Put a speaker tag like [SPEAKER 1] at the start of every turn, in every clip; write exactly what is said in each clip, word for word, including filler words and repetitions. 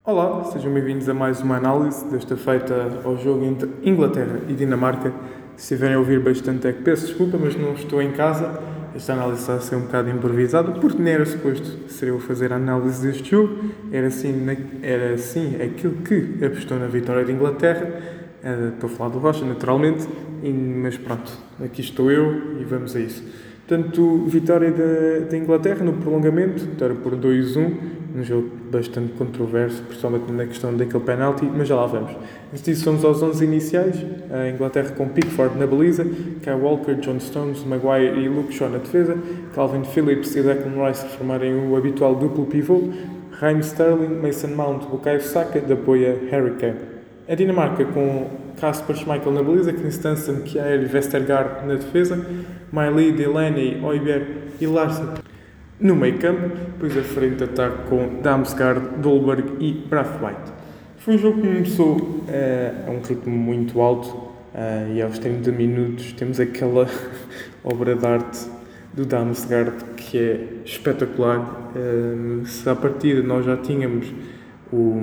[SPEAKER 1] Olá, sejam bem-vindos a mais uma análise, desta feita ao jogo entre Inglaterra e Dinamarca. Se estiverem a ouvir bastante é que peço desculpa, mas não estou em casa. Esta análise está a ser um bocado improvisada, porque nem era suposto ser eu a fazer a análise deste jogo. Era assim, era assim aquilo que apostou na vitória de Inglaterra. Uh, estou a falar do Rocha, naturalmente, e, mas pronto, aqui estou eu e vamos a isso. Portanto, vitória da, da Inglaterra no prolongamento, vitória por dois a um, um jogo bastante controverso, principalmente na questão daquele penalti, mas já lá vamos. Antes disso, vamos aos onze iniciais. A Inglaterra com Pickford na baliza, Kyle Walker, John Stones, Maguire e Luke Shaw na defesa, Calvin Phillips e Declan Rice formarem o habitual duplo pivô, Raheem Sterling, Mason Mount, Bukayo Saka de apoio a Harry Kane. A Dinamarca com Kasper Schmeichel na baliza, Christensen, Kjaer e Vestergaard na defesa, Miley, Delaney, Højbjerg e Larsen no meio campo, depois a frente de ataque com Damsgaard, Dolberg e Braithwaite. Foi um jogo que começou uh, a um ritmo muito alto uh, e aos trinta minutos temos aquela obra de arte do Damsgaard que é espetacular. Uh, se à partida nós já tínhamos o,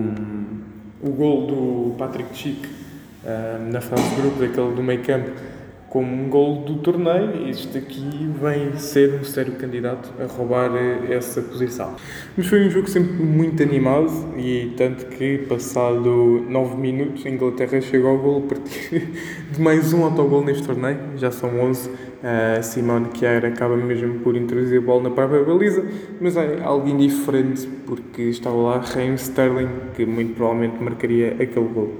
[SPEAKER 1] o gol do Patrick Schick uh, na fase de grupo daquele do meio campo como um gol do torneio, este aqui vem ser um sério candidato a roubar essa posição. Mas foi um jogo sempre muito animado e tanto que, passado nove minutos, a Inglaterra chegou ao gol a partir de mais um autogol neste torneio, já são onze. Uh, Simone Kjaer acaba mesmo por introduzir a bola na própria baliza, mas é algo indiferente porque estava lá Raheem Sterling, que muito provavelmente marcaria aquele gol.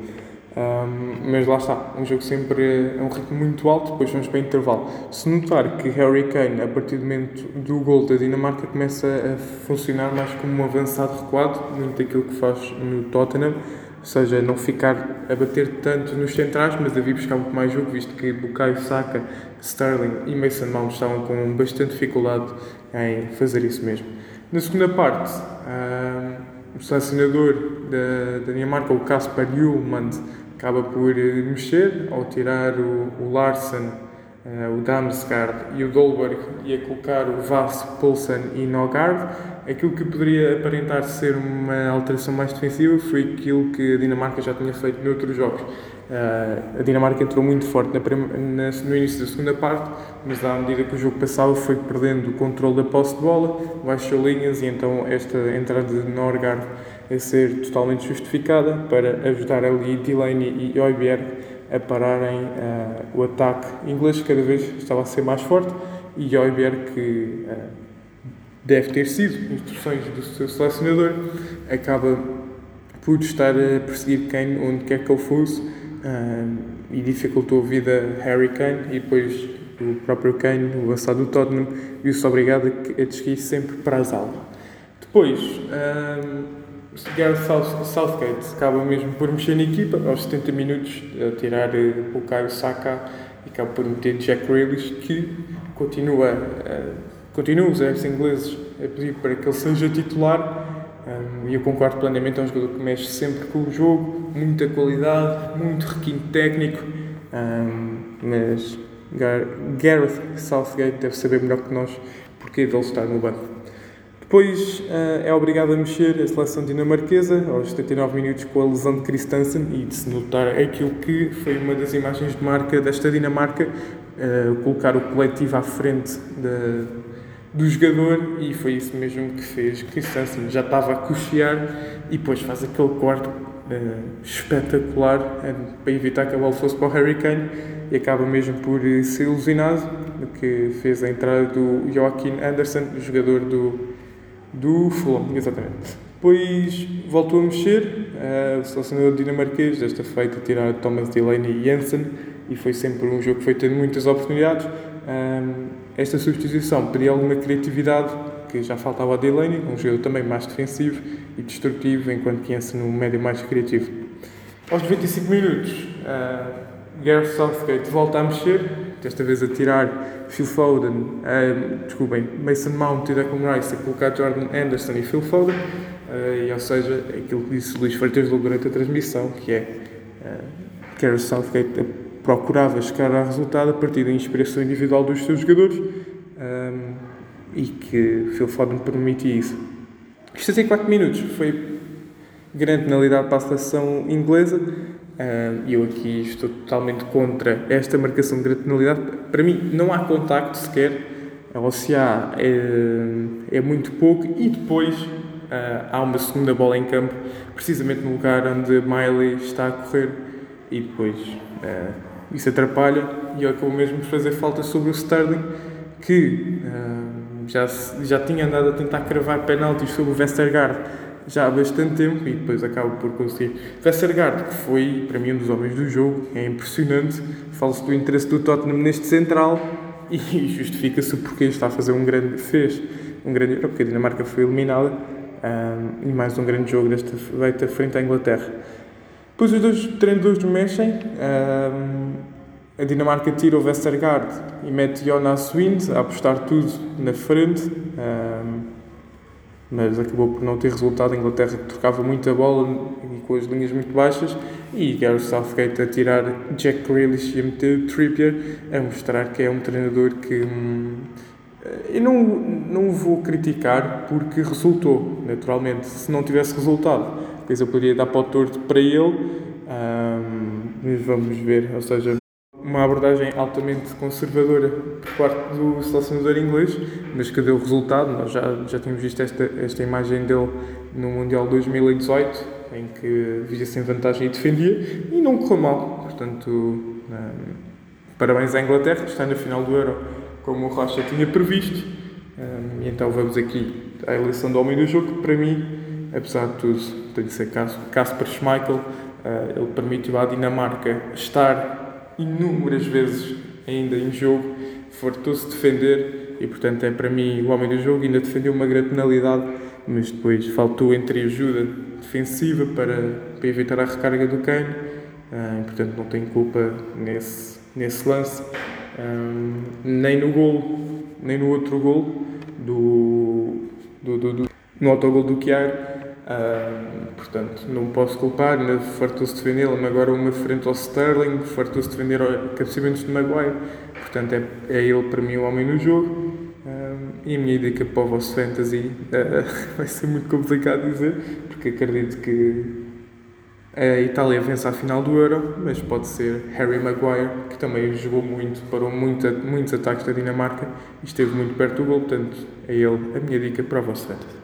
[SPEAKER 1] Um, mas lá está, um jogo sempre a um ritmo muito alto, depois vamos para o intervalo. Se notar que Harry Kane, a partir do momento do gol da Dinamarca, começa a funcionar mais como um avançado recuado, muito aquilo que faz no Tottenham, ou seja, não ficar a bater tanto nos centrais, mas a vir buscar muito mais jogo, visto que Bukayo Saka, Sterling e Mason Mount estavam com bastante dificuldade em fazer isso mesmo. Na segunda parte, um, o selecionador da, da Dinamarca, o Kasper Hjulmand, acaba por mexer ao tirar o, o Larsen, uh, o Damsgaard e o Dolberg e a colocar o Vass, Poulsen e Norgard. Aquilo que poderia aparentar ser uma alteração mais defensiva foi aquilo que a Dinamarca já tinha feito noutros jogos. Uh, a Dinamarca entrou muito forte na, na, no início da segunda parte, mas à medida que o jogo passava foi perdendo o controle da posse de bola, baixou linhas e então esta entrada de Norgard a ser totalmente justificada para ajudar ali Delaney e Højbjerg a pararem uh, o ataque inglês, que cada vez estava a ser mais forte, e Højbjerg, que uh, deve ter sido instruções do seu selecionador, acaba por estar a perseguir Kane onde quer que ele fosse uh, e dificultou a vida a Harry Kane, e depois o próprio Kane, o avançado do Tottenham, viu-se obrigado a, a descair sempre para as alas. Depois, uh, Gareth Southgate acaba mesmo por mexer na equipa, aos setenta minutos, a tirar o Bukayo Saka e acaba por meter Jack Grealish, que continua, uh, continua os ingleses a pedir para que ele seja titular. Um, e eu concordo plenamente, é um jogador que mexe sempre com o jogo, muita qualidade, muito requinte técnico, um, mas Gar- Gareth Southgate deve saber melhor que nós porque dele estar no banco. Depois uh, é obrigado a mexer a seleção dinamarquesa aos setenta e nove minutos com a lesão de Christensen, e de se notar aquilo que foi uma das imagens de marca desta Dinamarca, uh, colocar o coletivo à frente da, do jogador, e foi isso mesmo que fez. Christensen já estava a cochear e depois faz aquele corte uh, espetacular uh, para evitar que a bola fosse para o Harry Kane, e acaba mesmo por uh, ser ilusionado, que fez a entrada do Joachim Andersen, jogador do do Fulham, exatamente. Depois voltou a mexer, uh, o selecionador dinamarquês, desta feita, tirar Thomas Delaney e Jensen, e foi sempre um jogo que foi tendo muitas oportunidades. Um, esta substituição pedia alguma criatividade, que já faltava a Delaney, um jogador também mais defensivo e destrutivo, enquanto que Jensen um médio mais criativo. Aos noventa e cinco minutos, uh, Gareth Southgate volta a mexer, desta vez a tirar Phil Foden, uh, desculpem, Mason Mount e Declan Rice, a colocar Jordan Henderson e Phil Foden, uh, e, ou seja, aquilo que disse Luís Freitas durante a transmissão, que é uh, Gareth Southgate procurava chegar ao resultado a partir da inspiração individual dos seus jogadores, um, e que Phil Foden permitia isso. Isto a quatro minutos foi grande penalidade para a seleção inglesa. E eu aqui estou totalmente contra esta marcação de grande penalidade. Para mim, não há contacto sequer, ou se há, é, é muito pouco. E depois uh, há uma segunda bola em campo, precisamente no lugar onde Miley está a correr, e depois uh, isso atrapalha. E acabou mesmo de fazer falta sobre o Sterling, que uh, já, já tinha andado a tentar cravar penaltis sobre o Vestergaard já há bastante tempo, e depois acaba por conseguir. Vestergaard, que foi para mim um dos homens do jogo, é impressionante. Fala-se do interesse do Tottenham neste central e justifica-se porque está a fazer um grande, fez um grande Euro, porque a Dinamarca foi eliminada, um, e mais um grande jogo desta feita frente à Inglaterra. Depois os dois treinadores mexem, um, a Dinamarca tira o Vestergaard e mete Jonas Wind a apostar tudo na frente, um, mas acabou por não ter resultado. A Inglaterra trocava muita bola e com as linhas muito baixas, e Gareth Southgate a tirar Jack Grealish e a meter Trippier, a mostrar que é um treinador que hum, eu não, não o vou criticar porque resultou, naturalmente. Se não tivesse resultado, depois eu poderia dar para o torto para ele, hum, mas vamos ver, ou seja, uma abordagem altamente conservadora por parte do selecionador inglês, mas que deu resultado. Nós já, já tínhamos visto esta, esta imagem dele no Mundial dois mil e dezoito, em que via-se em vantagem e defendia, e não correu mal. Portanto, um, parabéns à Inglaterra, que está na final do Euro, como o Rocha tinha previsto. Um, e então vamos aqui à eleição do homem do jogo, que para mim, apesar de tudo, tem de ser Kasper Schmeichel. Uh, ele permitiu à Dinamarca estar inúmeras vezes ainda em jogo, fartou-se defender, e portanto é para mim o homem do jogo. Ainda defendeu uma grande penalidade, mas depois faltou entre ajuda defensiva para, para evitar a recarga do Kane, uh, e portanto não tem culpa nesse, nesse lance, um, nem no golo, nem no outro golo do, do, do, do no autogol do Kjaer. Uh, portanto, não posso culpar. Ainda fartou-se defender ele, agora uma frente ao Sterling, fartou-se defender cabeceamentos de Maguire. Portanto, é, é ele para mim o homem no jogo. Uh, e a minha dica para o vosso fantasy uh, vai ser muito complicado dizer, porque acredito que a Itália vence à final do Euro, mas pode ser Harry Maguire, que também jogou muito, parou muito, muitos ataques da Dinamarca e esteve muito perto do gol. Portanto, é ele a minha dica para o vosso fantasy.